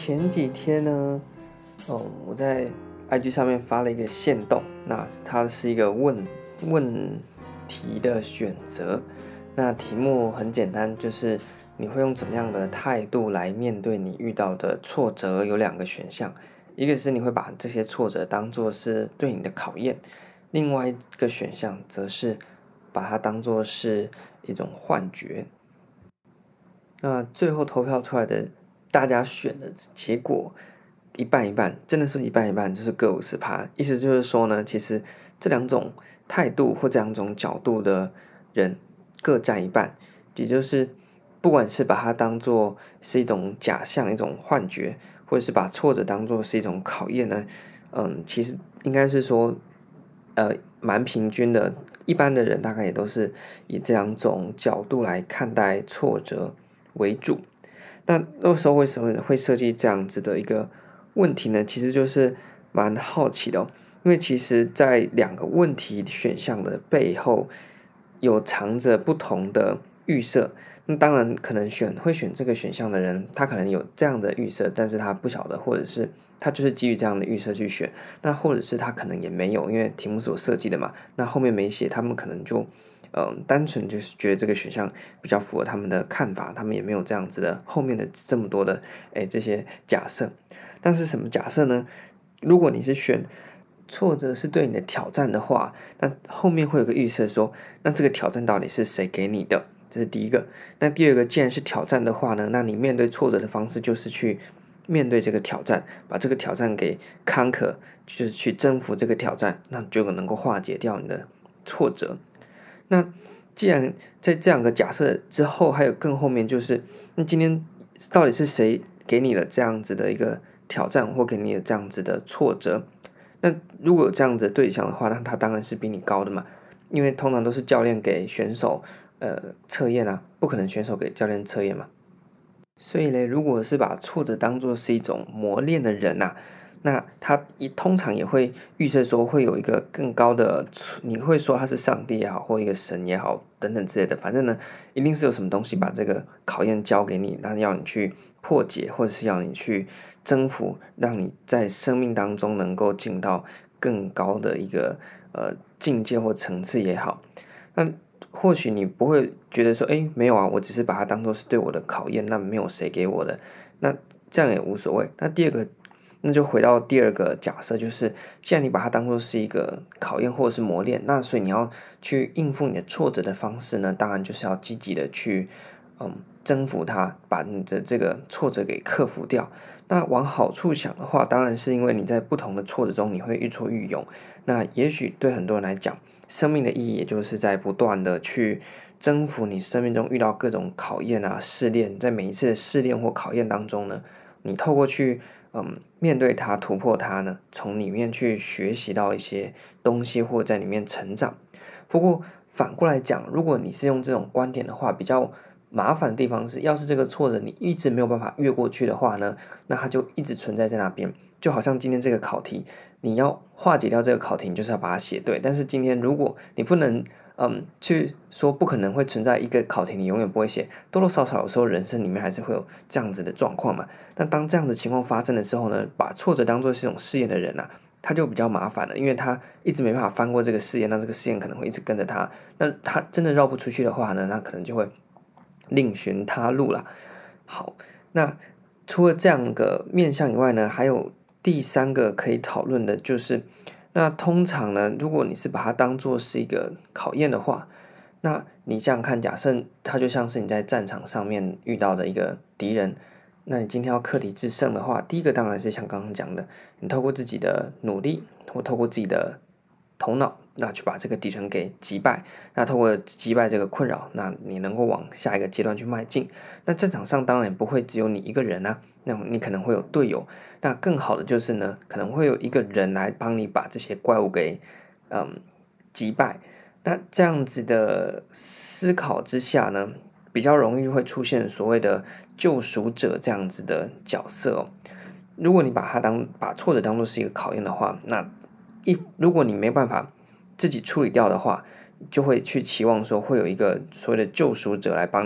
前几天呢，我在 IG 上面发了一个限动，那它是一个问题的选择。那题目很简单，就是你会用怎么样的态度来面对你遇到的挫折？有两个选项，一个是你会把这些挫折当作是对你的考验，另外一个选项则是把它当作是一种幻觉。那最后投票出来的大家选的结果一半一半，真的是一半一半，就是各50%。意思就是说呢，其实这两种态度或这两种角度的人各占一半，也就是不管是把它当作是一种假象、一种幻觉，或者是把挫折当作是一种考验呢，其实应该是说，蛮平均的。一般的人大概也都是以这两种角度来看待挫折为主。那时候为什么会设计这样子的一个问题呢？其实就是蛮好奇的因为其实在两个问题选项的背后有藏着不同的预设。那当然可能会选这个选项的人，他可能有这样的预设，但是他不晓得，或者是他就是基于这样的预设去选，那或者是他可能也没有，因为题目所设计的嘛，那后面没写，他们可能就单纯就是觉得这个选项比较符合他们的看法，他们也没有这样子的后面的这么多的这些假设。但是什么假设呢？如果你是选挫折是对你的挑战的话，那后面会有个预设说，那这个挑战到底是谁给你的？这是第一个。那第二个，既然是挑战的话呢，那你面对挫折的方式就是去面对这个挑战，把这个挑战给conquer，就是去征服这个挑战，那就能够化解掉你的挫折。那既然在这两个假设之后，还有更后面就是，那今天到底是谁给你了这样子的一个挑战，或给你了这样子的挫折？那如果有这样子的对象的话，那他当然是比你高的嘛，因为通常都是教练给选手测验啊，不可能选手给教练测验嘛。所以呢，如果是把挫折当作是一种磨练的人啊，那他通常也会预设说会有一个更高的，你会说他是上帝也好，或一个神也好，等等之类的，反正呢，一定是有什么东西把这个考验交给你，那要你去破解，或者是要你去征服，让你在生命当中能够进到更高的一个境界或层次也好。那或许你不会觉得说，没有啊，我只是把它当作是对我的考验，那没有谁给我的，那这样也无所谓。那第二个，那就回到第二个假设，就是既然你把它当作是一个考验或者是磨练，那所以你要去应付你的挫折的方式呢，当然就是要积极的去征服它，把你的这个挫折给克服掉。那往好处想的话，当然是因为你在不同的挫折中，你会愈挫愈勇。那也许对很多人来讲，生命的意义也就是在不断的去征服你生命中遇到各种考验啊、试炼，在每一次的试炼或考验当中呢，你透过去面对它、突破它呢，从里面去学习到一些东西，或者在里面成长。不过反过来讲，如果你是用这种观点的话，比较麻烦的地方是，要是这个挫折你一直没有办法越过去的话呢，那它就一直存在在那边。就好像今天这个考题，你要化解掉这个考题，你就是要把它写对。但是今天如果你不能去说不可能会存在一个考题你永远不会写，多多少少有时候人生里面还是会有这样子的状况嘛。那当这样的情况发生的时候呢，把挫折当作是一种试验的人啊，他就比较麻烦了，因为他一直没办法翻过这个试验，那这个试验可能会一直跟着他。那他真的绕不出去的话呢，那可能就会另寻他路了。好，那除了这样个面向以外呢，还有第三个可以讨论的就是，那通常呢，如果你是把它当作是一个考验的话，那你想想看，假设它就像是你在战场上面遇到的一个敌人，那你今天要克敌制胜的话，第一个当然是像刚刚讲的，你透过自己的努力，或透过自己的头脑，那去把这个敌人给击败。那透过击败这个困扰，那你能够往下一个阶段去迈进。那战场上当然不会只有你一个人啊，那你可能会有队友。那更好的就是呢，可能会有一个人来帮你把这些怪物给击败。那这样子的思考之下呢，比较容易会出现所谓的救赎者这样子的角色哦。如果你把挫折当作是一个考验的话，那如果你没办法自己处理掉的话，就会去期望说会有一个所谓的救赎者来帮你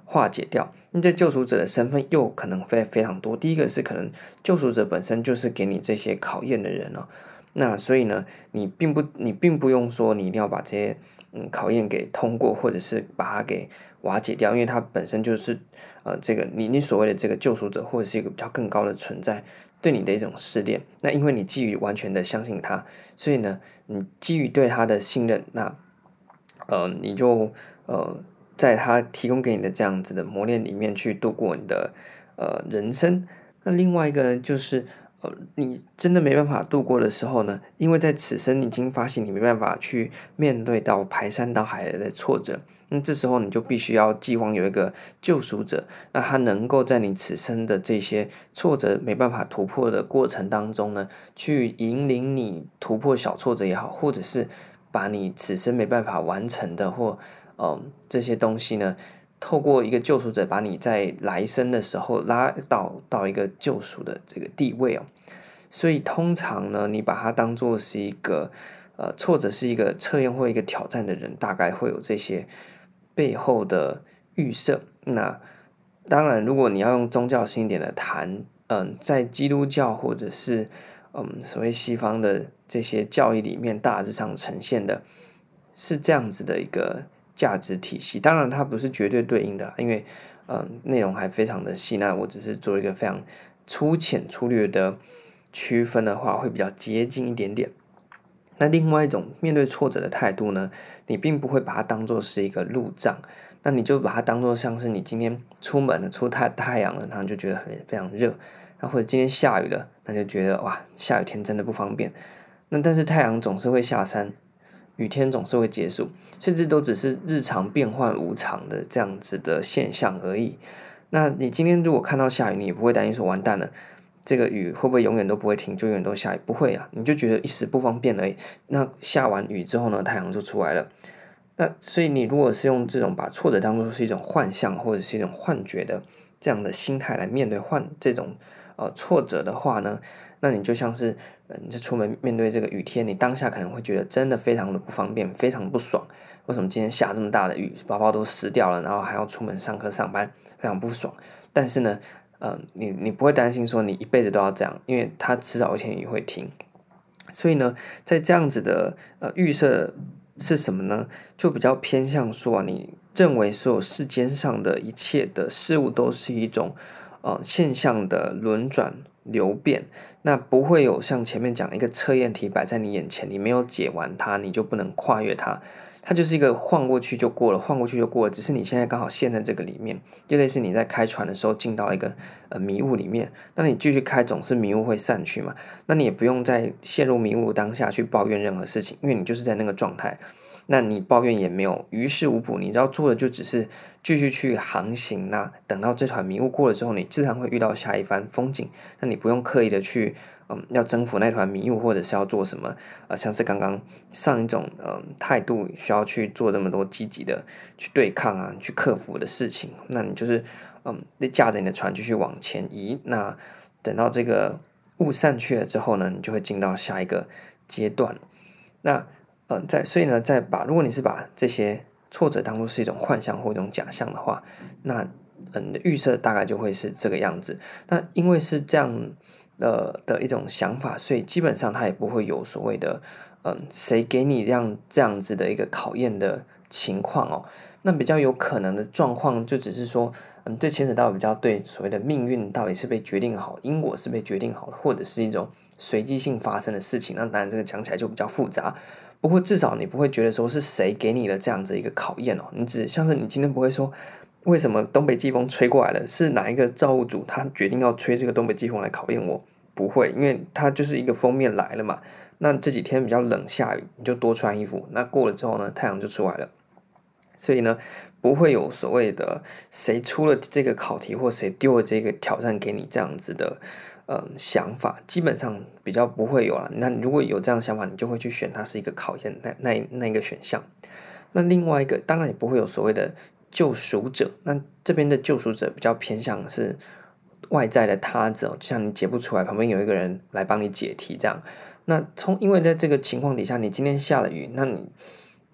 化解掉。那这救赎者的身份又可能非常多。第一个是可能救赎者本身就是给你这些考验的人哦，那所以呢，你并不用说你一定要把这些考验给通过，或者是把它给瓦解掉，因为它本身就是这个你所谓的这个救赎者，或者是一个比较更高的存在对你的一种试炼。那因为你基于完全的相信他，所以呢，你基于对他的信任，那你就在他提供给你的这样子的磨练里面去度过你的人生。那另外一个呢，就是你真的没办法度过的时候呢，因为在此生你已经发现你没办法去面对到排山倒海的挫折，那这时候你就必须要寄望有一个救赎者，那他能够在你此生的这些挫折没办法突破的过程当中呢，去引领你突破小挫折也好，或者是把你此生没办法完成的或这些东西呢，透过一个救赎者把你在来生的时候拉到一个救赎的这个地位哦。所以通常呢，你把它当作是一个挫折是一个测验或一个挑战的人，大概会有这些背后的预设。那当然，如果你要用宗教性一点的谈，在基督教或者是所谓西方的这些教义里面，大致上呈现的是这样子的一个价值体系。当然，它不是绝对对应的，因为内容还非常的细。那我只是做一个非常粗浅粗略的区分的话，会比较接近一点点。那另外一种面对挫折的态度呢，你并不会把它当作是一个路障，那你就把它当作像是你今天出门了，出太阳了，然后就觉得非常热，然后或者今天下雨了，那就觉得哇，下雨天真的不方便。那但是太阳总是会下山，雨天总是会结束，甚至都只是日常变幻无常的这样子的现象而已。那你今天如果看到下雨，你也不会担心说完蛋了，这个雨会不会永远都不会停，就永远都下雨？不会啊，你就觉得一时不方便而已。那下完雨之后呢，太阳就出来了。那所以你如果是用这种把挫折当作是一种幻象或者是一种幻觉的这样的心态来面对这种挫折的话呢，那你就像是你就出门面对这个雨天，你当下可能会觉得真的非常的不方便，非常不爽。为什么今天下这么大的雨，包包都湿掉了，然后还要出门上课上班，非常不爽。但是呢，你不会担心说你一辈子都要这样，因为它迟早一天雨会停。所以呢，在这样子的预设是什么呢？就比较偏向说你认为所有世间上的一切的事物都是一种现象的轮转流变，那不会有像前面讲一个测验题摆在你眼前，你没有解完它，你就不能跨越它。它就是一个晃过去就过了，晃过去就过了，只是你现在刚好陷在这个里面，就类似你在开船的时候进到一个迷雾里面，那你继续开总是迷雾会散去嘛，那你也不用在陷入迷雾当下去抱怨任何事情，因为你就是在那个状态，那你抱怨也没有于事无补，你要做的就只是继续去航行那等到这团迷雾过了之后，你自然会遇到下一番风景，那你不用刻意的去要征服那团迷雾，或者是要做什么像是刚刚上一种态度需要去做这么多积极的去对抗啊，去克服的事情，那你就是驾着你的船继续往前移，那等到这个雾散去了之后呢，你就会进到下一个阶段。那所以呢，如果你是把这些挫折当作是一种幻象或一种假象的话，那你的预设大概就会是这个样子。那因为是这样的一种想法，所以基本上它也不会有所谓的谁给你这样子的一个考验的情况哦。那比较有可能的状况就只是说，这牵扯到比较对所谓的命运到底是被决定好，因果是被决定好的，或者是一种随机性发生的事情。那当然这个讲起来就比较复杂。不过至少你不会觉得说是谁给你了这样子一个考验哦，你只像是你今天不会说为什么东北季风吹过来了，是哪一个造物主他决定要吹这个东北季风来考验我？不会，因为它就是一个封面来了嘛。那这几天比较冷下雨，你就多穿衣服。那过了之后呢，太阳就出来了。所以呢，不会有所谓的谁出了这个考题或谁丢了这个挑战给你这样子的想法，基本上比较不会有了。那如果有这样的想法，你就会去选它是一个考验那一个选项。那另外一个当然也不会有所谓的救赎者，那这边的救赎者比较偏向是外在的他者，就像你解不出来，旁边有一个人来帮你解题这样。那因为在这个情况底下，你今天下了雨，那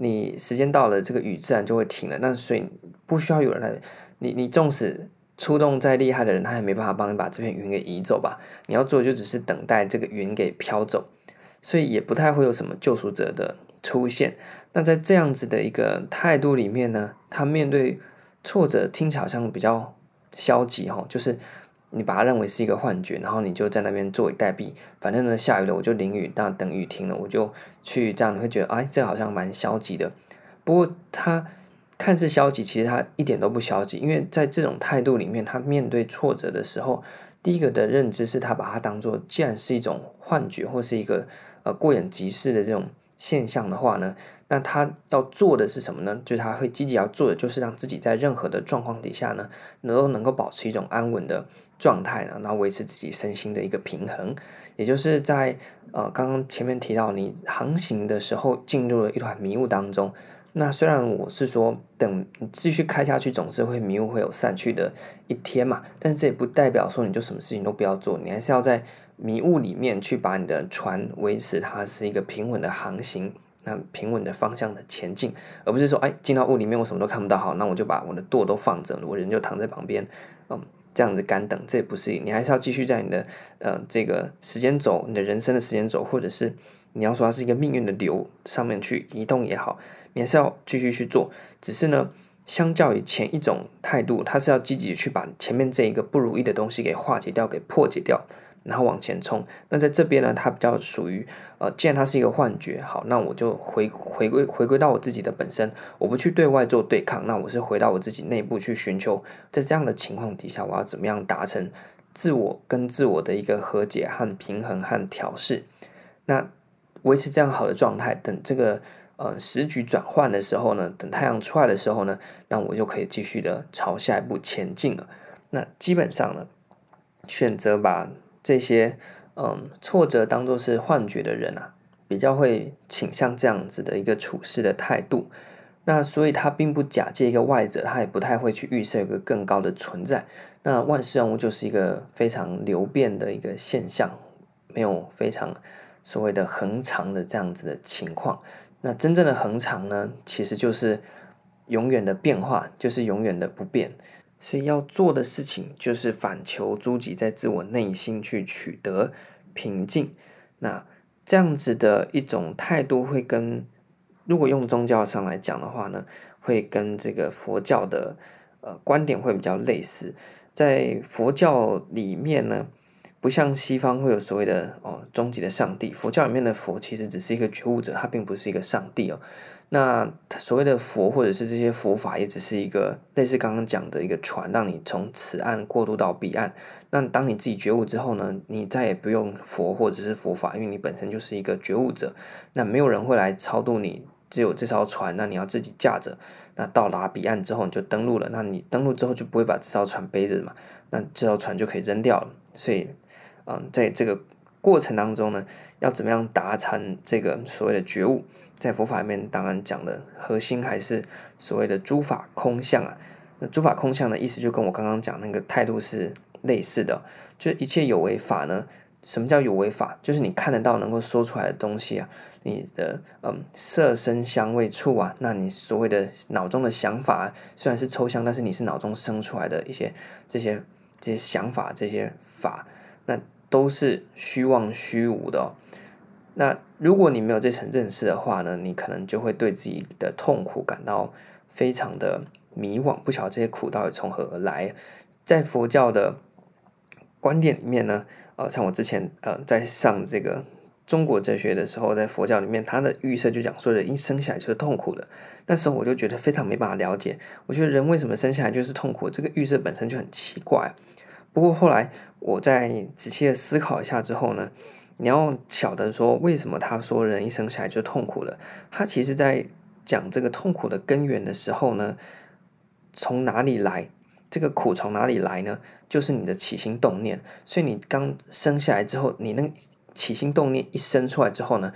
你时间到了，这个雨自然就会停了。那所以不需要有人来，你纵使出动再厉害的人，他也没办法帮你把这片云给移走吧？你要做的就只是等待这个云给飘走，所以也不太会有什么救赎者的出现。那在这样子的一个态度里面呢，他面对挫折听起来好像比较消极就是你把它认为是一个幻觉，然后你就在那边坐以待毙，反正呢下雨了我就淋雨，那等雨停了我就去，这样你会觉得这好像蛮消极的。不过他看似消极，其实他一点都不消极，因为在这种态度里面，他面对挫折的时候，第一个的认知是他把它当做既然是一种幻觉或是一个过眼即逝的这种现象的话呢，那他要做的是什么呢？就是他会积极要做的就是让自己在任何的状况底下呢，能够保持一种安稳的状态呢，然后维持自己身心的一个平衡。也就是在刚刚前面提到，你航行的时候进入了一团迷雾当中。那虽然我是说，等你继续开下去，总是会迷雾会有散去的一天嘛，但是这也不代表说你就什么事情都不要做，你还是要在迷雾里面去把你的船维持它是一个平稳的航行，那平稳的方向的前进，而不是说进到雾里面我什么都看不到，好，那我就把我的舵都放着，我人就躺在旁边，这样子干等，这也不是，你还是要继续在你的这个时间轴，你的人生的时间轴，或者是你要说它是一个命运的流上面去移动也好，你还是要继续去做。只是呢，相较于前一种态度，它是要积极的去把前面这一个不如意的东西给化解掉，给破解掉，然后往前冲。那在这边呢，它比较属于既然它是一个幻觉，好，那我就回归到我自己的本身，我不去对外做对抗，那我是回到我自己内部去寻求，在这样的情况底下，我要怎么样达成自我跟自我的一个和解和平衡和调试。那维持这样好的状态，等这个时局转换的时候呢，等太阳出来的时候呢，那我就可以继续的朝下一步前进了。那基本上呢，选择把这些挫折当作是幻觉的人比较会倾向这样子的一个处事的态度。那所以他并不假借一个外者，他也不太会去预设一个更高的存在。那万事万物就是一个非常流变的一个现象，没有非常所谓的恒常的这样子的情况。那真正的恒常呢，其实就是永远的变化，就是永远的不变。所以要做的事情就是反求诸己，在自我内心去取得平静。那这样子的一种态度会跟，如果用宗教上来讲的话呢，会跟这个佛教的观点会比较类似。在佛教里面呢，不像西方会有所谓的终极的上帝，佛教里面的佛其实只是一个觉悟者，他并不是一个上帝那所谓的佛或者是这些佛法，也只是一个类似刚刚讲的一个船，让你从此岸过渡到彼岸。那当你自己觉悟之后呢，你再也不用佛或者是佛法，因为你本身就是一个觉悟者。那没有人会来超度你，只有这艘船，那你要自己驾着。那到达彼岸之后，你就登陆了。那你登陆之后就不会把这艘船背着嘛，那这艘船就可以扔掉了。所以，在这个过程当中呢，要怎么样达成这个所谓的觉悟？在佛法里面，当然讲的核心还是所谓的诸法空相那诸法空相的意思，就跟我刚刚讲那个态度是类似的，就是一切有为法呢。什么叫有为法？就是你看得到、能够说出来的东西你的色声香味触那你所谓的脑中的想法虽然是抽象，但是你是脑中生出来的一些这些想法、这些法，那都是虚妄虚无的那如果你没有这层认识的话呢，你可能就会对自己的痛苦感到非常的迷惘，不晓得这些苦到底从何而来。在佛教的观点里面呢，像我之前在上这个中国哲学的时候，在佛教里面，他的预设就讲说人一生下来就是痛苦的。那时候我就觉得非常没办法了解，我觉得人为什么生下来就是痛苦，这个预设本身就很奇怪。不过后来我在仔细的思考一下之后呢，你要晓得说为什么他说人一生下来就痛苦了，他其实在讲这个痛苦的根源的时候呢，从哪里来，这个苦从哪里来呢？就是你的起心动念。所以你刚生下来之后，你那起心动念一生出来之后呢，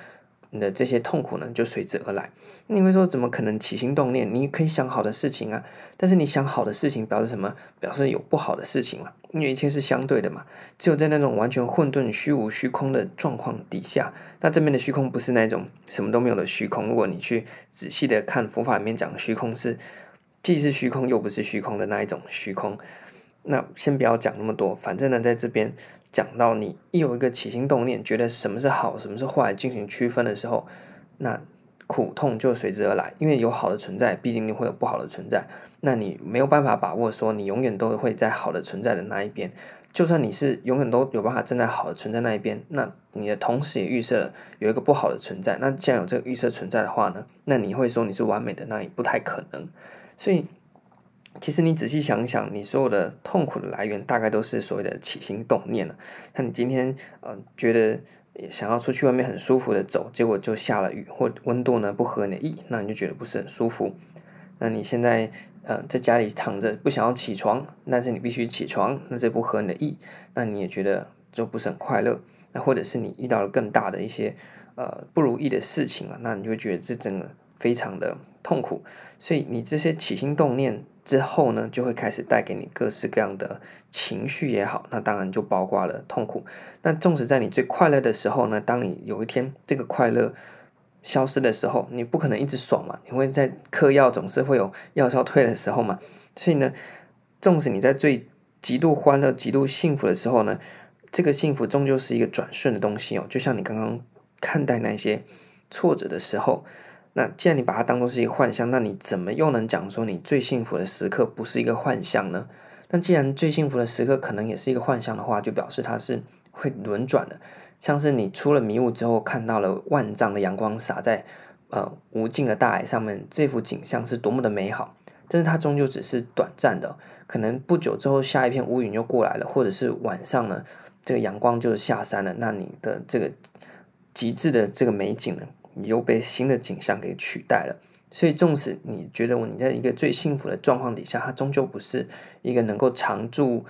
你的这些痛苦呢就随之而来。你会说怎么可能起心动念？你可以想好的事情啊，但是你想好的事情表示什么？表示有不好的事情嘛，因为一切是相对的嘛。只有在那种完全混沌、虚无、虚空的状况底下，那这边的虚空不是那种什么都没有的虚空。如果你去仔细的看佛法里面讲的虚空是既是虚空又不是虚空的那一种虚空。那先不要讲那么多，反正呢，在这边讲到你一有一个起心动念，觉得什么是好，什么是坏，进行区分的时候，那苦痛就随之而来。因为有好的存在，必定会有不好的存在。那你没有办法把握说你永远都会在好的存在的那一边。就算你是永远都有办法站在好的存在那一边，那你的同时也预设了有一个不好的存在。那既然有这个预设存在的话呢，那你会说你是完美的，那也不太可能。所以其实你仔细想想，你所有的痛苦的来源大概都是所谓的起心动念了。像你今天觉得想要出去外面很舒服的走，结果就下了雨，或温度呢不合你的意，那你就觉得不是很舒服。那你现在在家里躺着不想要起床，但是你必须起床，那这不合你的意，那你也觉得就不是很快乐。那或者是你遇到了更大的一些不如意的事情了，那你就会觉得这整个非常的痛苦。所以你这些起心动念之后呢，就会开始带给你各式各样的情绪也好，那当然就包括了痛苦。那纵使在你最快乐的时候呢，当你有一天这个快乐消失的时候，你不可能一直爽嘛，你会在嗑药总是会有药效退的时候嘛。所以呢，纵使你在最极度欢乐、极度幸福的时候呢，这个幸福终究是一个转瞬的东西哦。就像你刚刚看待那些挫折的时候，那既然你把它当作是一个幻象，那你怎么又能讲说你最幸福的时刻不是一个幻象呢？那既然最幸福的时刻可能也是一个幻象的话，就表示它是会轮转的。像是你出了迷雾之后，看到了万丈的阳光洒在无尽的大海上面，这幅景象是多么的美好。但是它终究只是短暂的，可能不久之后下一片乌云又过来了，或者是晚上呢，这个阳光就下山了，那你的这个极致的这个美景呢，你又被新的景象给取代了。所以纵使你觉得你在一个最幸福的状况底下，它终究不是一个能够常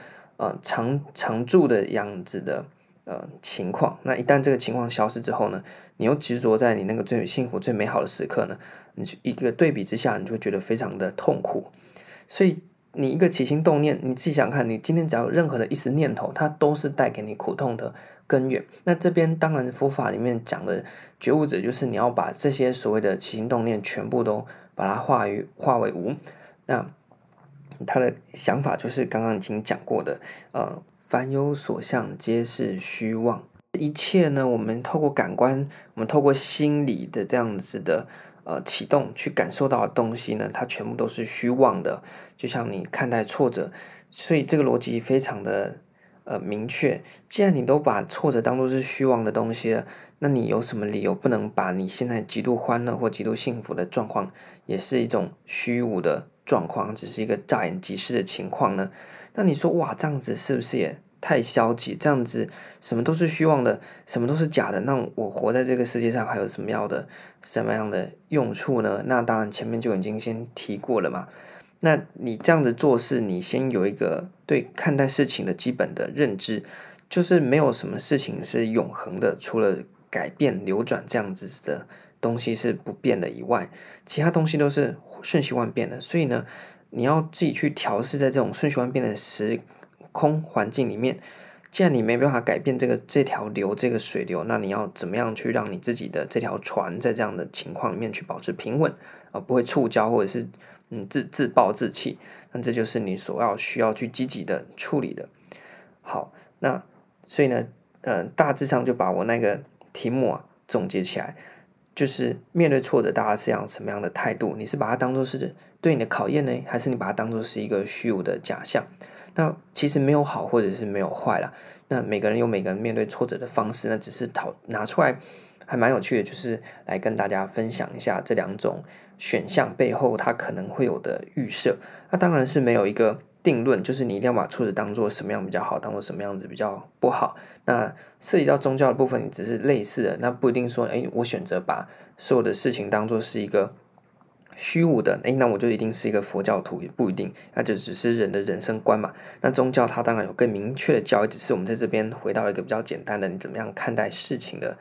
驻的样子的情况。那一旦这个情况消失之后呢，你又执着在你那个最幸福最美好的时刻呢，你一个对比之下，你就会觉得非常的痛苦。所以你一个起心动念，你自己想看，你今天只要有任何的一丝念头，它都是带给你苦痛的根源。那这边当然佛法里面讲的觉悟者，就是你要把这些所谓的起心动念全部都把它化为无。那他的想法就是刚刚已经讲过的，凡有所向皆是虚妄。一切呢，我们透过感官，我们透过心理的这样子的启动去感受到的东西呢，它全部都是虚妄的。就像你看待挫折，所以这个逻辑非常的明确。既然你都把挫折当作是虚妄的东西了，那你有什么理由不能把你现在极度欢乐或极度幸福的状况，也是一种虚无的状况，只是一个乍眼即逝的情况呢？那你说哇，这样子是不是也太消极？这样子什么都是虚妄的，什么都是假的，那我活在这个世界上还有什么样的用处呢？那当然前面就已经先提过了嘛。那你这样子做事，你先有一个对看待事情的基本的认知，就是没有什么事情是永恒的，除了改变、流转这样子的东西是不变的以外，其他东西都是瞬息万变的。所以呢，你要自己去调试在这种瞬息万变的时空环境里面。既然你没办法改变这条流这个水流，那你要怎么样去让你自己的这条船在这样的情况里面去保持平稳，不会触礁或者是自暴自弃？那这就是你需要去积极的处理的。好，那所以呢，大致上就把我那个题目总结起来，就是面对挫折，大家是要什么样的态度？你是把它当作是对你的考验呢，还是你把它当作是一个虚无的假象？那其实没有好或者是没有坏啦，那每个人有每个人面对挫折的方式，那只是拿出来还蛮有趣的，就是来跟大家分享一下这两种选项背后它可能会有的预设。那当然是没有一个定论，就是你一定要把挫折当做什么样比较好，当做什么样子比较不好。那涉及到宗教的部分，你只是类似的，那不一定说，我选择把所有的事情当做是一个虚无的，那我就一定是一个佛教徒，也不一定，那就只是人的人生观嘛。那宗教它当然有更明确的教义，只是我们在这边回到一个比较简单的，你怎么样看待事情的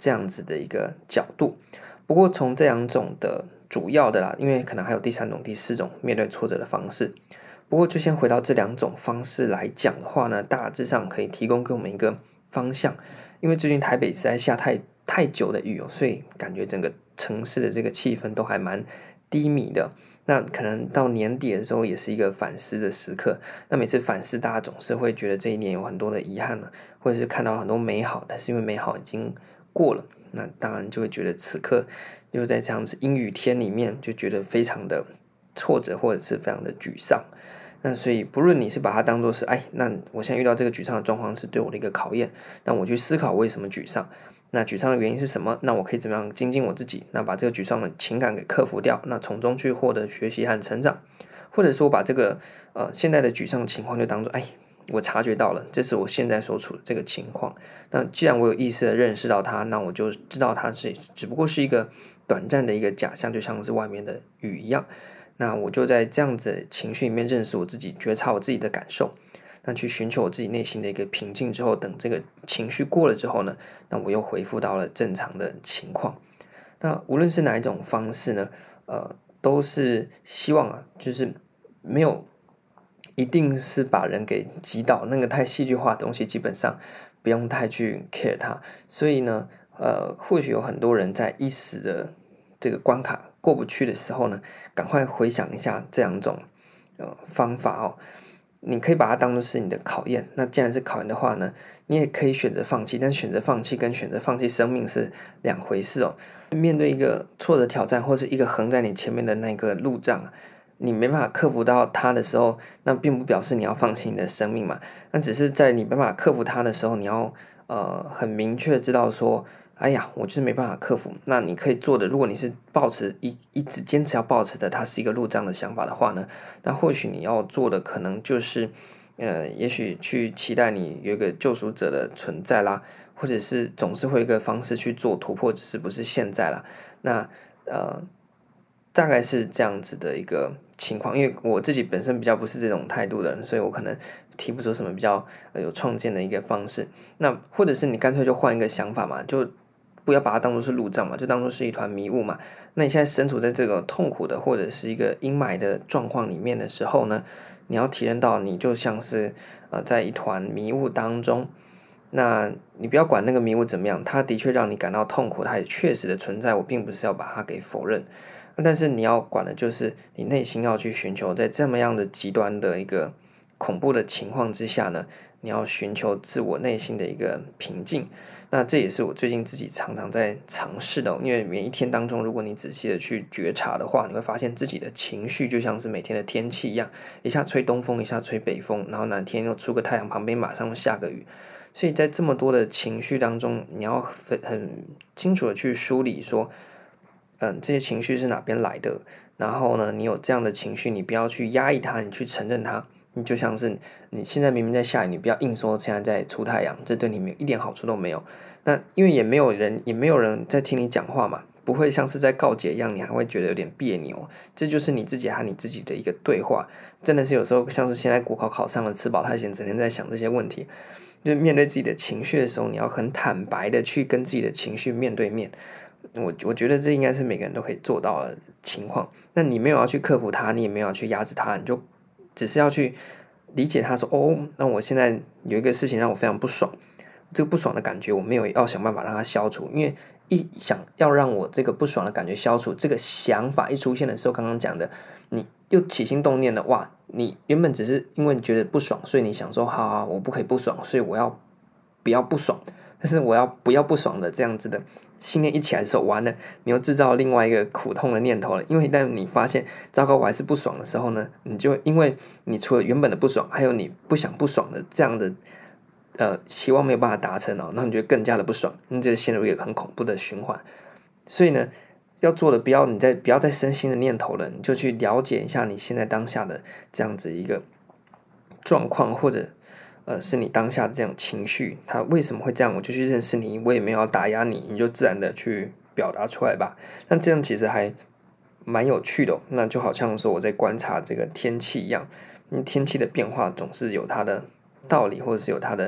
这样子的一个角度。不过从这两种的主要的啦，因为可能还有第三种、第四种面对挫折的方式。不过就先回到这两种方式来讲的话呢，大致上可以提供给我们一个方向。因为最近台北实在下太久的雨所以感觉整个城市的这个气氛都还蛮低迷的。那可能到年底的时候也是一个反思的时刻。那每次反思，大家总是会觉得这一年有很多的遗憾或者是看到很多美好，但是因为美好已经过了，那当然就会觉得此刻就在这样子阴雨天里面，就觉得非常的挫折，或者是非常的沮丧。那所以不论你是把它当作是那我现在遇到这个沮丧的状况是对我的一个考验，那我去思考为什么沮丧，那沮丧的原因是什么，那我可以怎么样精进我自己，那把这个沮丧的情感给克服掉，那从中去获得学习和成长。或者说把这个现在的沮丧情况就当作我察觉到了，这是我现在所处的这个情况。那既然我有意识的认识到它，那我就知道它只不过是一个短暂的一个假象，就像是外面的雨一样。那我就在这样子的情绪里面认识我自己，觉察我自己的感受，那去寻求我自己内心的一个平静之后，等这个情绪过了之后呢，那我又恢复到了正常的情况。那无论是哪一种方式呢，都是希望就是没有一定是把人给击倒，那个太戏剧化的东西基本上不用太去 care 它。所以呢，或许有很多人在一时的这个关卡过不去的时候呢，赶快回想一下这两种方法你可以把它当作是你的考验。那既然是考验的话呢，你也可以选择放弃，但选择放弃跟选择放弃生命是两回事面对一个挫折挑战，或是一个横在你前面的那个路障你没办法克服到它的时候，那并不表示你要放弃你的生命嘛。那只是在你没办法克服它的时候，你要很明确知道说，我就是没办法克服。那你可以做的，如果你是抱持一直坚持要抱持的，它是一个路障的想法的话呢，那或许你要做的可能就是也许去期待你有一个救赎者的存在啦，或者是总是会有一个方式去做突破，只是不是现在啦。那大概是这样子的一个情况。因为我自己本身比较不是这种态度的人，所以我可能提不出什么比较有创建的一个方式。那或者是你干脆就换一个想法嘛，就不要把它当作是路障嘛，就当作是一团迷雾嘛。那你现在身处在这个痛苦的或者是一个阴霾的状况里面的时候呢，你要体验到你就像是在一团迷雾当中。那你不要管那个迷雾怎么样，它的确让你感到痛苦，它也确实的存在，我并不是要把它给否认。但是你要管的就是你内心要去寻求，在这么样的极端的一个恐怖的情况之下呢，你要寻求自我内心的一个平静。那这也是我最近自己常常在尝试的因为每一天当中，如果你仔细的去觉察的话，你会发现自己的情绪就像是每天的天气一样，一下吹东风，一下吹北风，然后哪天又出个太阳，旁边马上下个雨。所以在这么多的情绪当中，你要很清楚的去梳理说这些情绪是哪边来的，然后呢，你有这样的情绪，你不要去压抑它，你去承认它。你就像是你现在明明在下雨，你不要硬说现在在出太阳，这对你一点好处都没有。那因为也没有人在听你讲话嘛，不会像是在告解一样，你还会觉得有点别扭。这就是你自己和你自己的一个对话。真的是有时候像是现在国考考上了，吃饱太闲，整天在想这些问题。就面对自己的情绪的时候，你要很坦白的去跟自己的情绪面对面。我觉得这应该是每个人都可以做到的情况。那你没有要去克服它，你也没有要去压制它，你就只是要去理解它说那我现在有一个事情让我非常不爽，这个不爽的感觉我没有要想办法让它消除，因为一想要让我这个不爽的感觉消除，这个想法一出现的时候，刚刚讲的你又起心动念的你原本只是因为你觉得不爽，所以你想说好我不可以不爽，所以我要不要不爽，但是我要不要不爽的这样子的信念一起来的时候，完了你又制造另外一个苦痛的念头了。因为一旦你发现糟糕我还是不爽的时候呢，你就因为你除了原本的不爽，还有你不想不爽的这样的希望没有办法达成那你就更加的不爽，你就陷入一个很恐怖的循环。所以呢，要做的不要再生新的念头了，你就去了解一下你现在当下的这样子一个状况，或者是你当下的这种情绪，它为什么会这样，我就去认识你，我也没有要打压你，你就自然的去表达出来吧。那这样其实还蛮有趣的那就好像说我在观察这个天气一样，天气的变化总是有它的道理，或者是有它的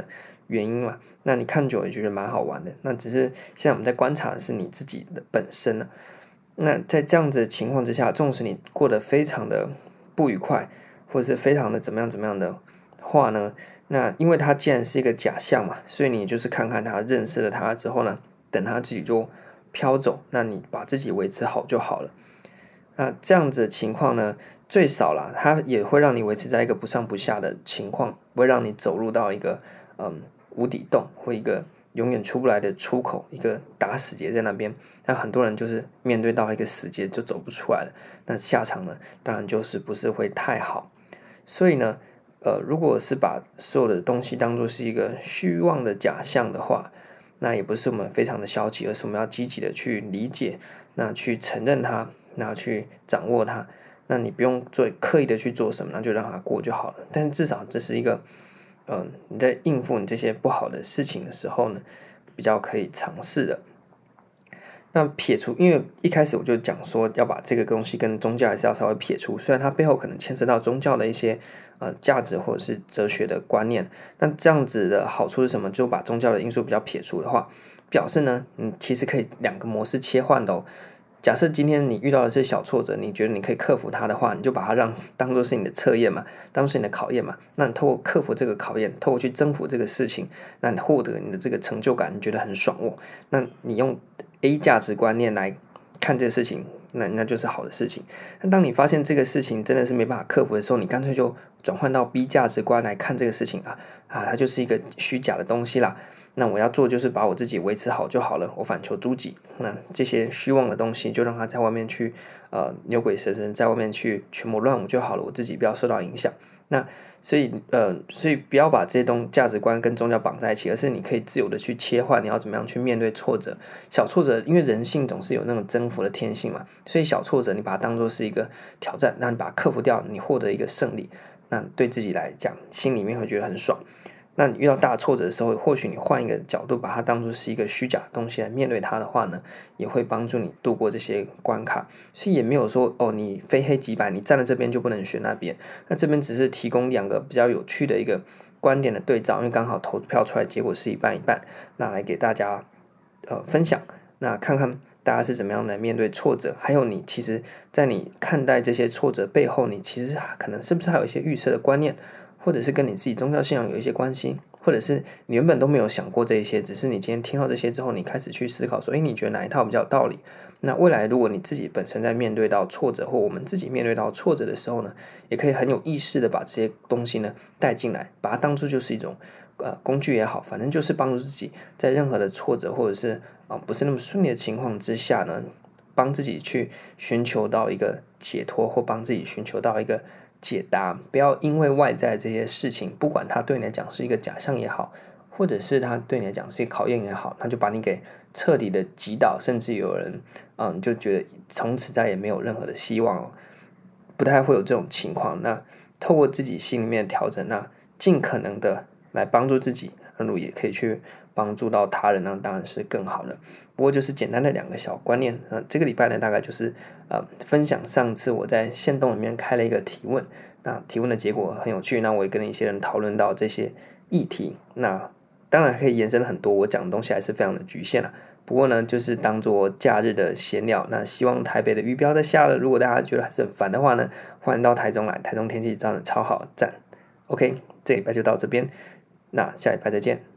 原因嘛。那你看久了也觉得蛮好玩的，那只是现在我们在观察的是你自己的本身了。那在这样子的情况之下，纵使你过得非常的不愉快，或者是非常的怎么样的话呢，那因为它既然是一个假象嘛，所以你就是看看它，认识了它之后呢，等它自己就飘走，那你把自己维持好就好了。那这样子的情况呢，最少啦，它也会让你维持在一个不上不下的情况，不会让你走入到一个无底洞或一个永远出不来的出口，一个打死结在那边。那很多人就是面对到一个死结就走不出来了，那下场呢，当然就是不是会太好。所以呢，如果是把所有的东西当作是一个虚妄的假象的话，那也不是我们非常的消极，而是我们要积极的去理解，那去承认它，那去掌握它。那你不用刻意的去做什么，那就让它过就好了。但是至少这是一个，你在应付你这些不好的事情的时候呢，比较可以尝试的。那撇除，因为一开始我就讲说要把这个东西跟宗教还是要稍微撇除，虽然它背后可能牵涉到宗教的一些价值或者是哲学的观念，那这样子的好处是什么？就把宗教的因素比较撇除的话，表示呢，你其实可以两个模式切换的哦。假设今天你遇到的是小挫折，你觉得你可以克服它的话，你就把它当做是你的测验嘛，当做是你的考验嘛。那你透过克服这个考验，透过去征服这个事情，那你获得你的这个成就感，你觉得很爽哦。那你用 A 价值观念来看这个事情，那就是好的事情。那当你发现这个事情真的是没办法克服的时候，你干脆就转换到 B 价值观来看这个事情它就是一个虚假的东西啦。那我要做就是把我自己维持好就好了，我反求诸己。那这些虚妄的东西就让它在外面去牛鬼蛇神，在外面去群魔乱舞就好了，我自己不要受到影响。那所以不要把这些价值观跟宗教绑在一起，而是你可以自由的去切换，你要怎么样去面对挫折。小挫折，因为人性总是有那种征服的天性嘛，所以小挫折你把它当作是一个挑战，那你把它克服掉，你获得一个胜利，那对自己来讲，心里面会觉得很爽。那你遇到大挫折的时候，或许你换一个角度，把它当作是一个虚假的东西来面对它的话呢，也会帮助你度过这些关卡。所以也没有说你非黑即白，你站在这边就不能选那边。那这边只是提供两个比较有趣的一个观点的对照，因为刚好投票出来结果是一半一半，那来给大家分享，那看看大家是怎么样来面对挫折，还有你其实在你看待这些挫折背后，你其实可能是不是还有一些预设的观念，或者是跟你自己宗教信仰有一些关系，或者是你原本都没有想过这些，只是你今天听到这些之后，你开始去思考说，你觉得哪一套比较有道理？那未来如果你自己本身在面对到挫折，或我们自己面对到挫折的时候呢，也可以很有意识的把这些东西呢带进来，把它当作就是一种工具也好，反正就是帮助自己在任何的挫折或者是不是那么顺利的情况之下呢，帮自己去寻求到一个解脱，或帮自己寻求到一个解答。不要因为外在这些事情，不管它对你来讲是一个假象也好，或者是它对你来讲是一个考验也好，它就把你给彻底的击倒，甚至有人就觉得从此再也没有任何的希望不太会有这种情况。那透过自己心里面的调整，那尽可能的来帮助自己，也可以去帮助到他人，那当然是更好的。不过就是简单的两个小观念，这个礼拜呢大概就是分享上次我在限动里面开了一个提问，那提问的结果很有趣，那我也跟一些人讨论到这些议题，那当然可以延伸很多，我讲的东西还是非常的局限不过呢，就是当做假日的闲聊。那希望台北的雨不要再下了，如果大家觉得还是很烦的话呢，欢迎到台中来，台中天气真的超好，赞。OK，这礼拜就到这边，那下礼拜再见。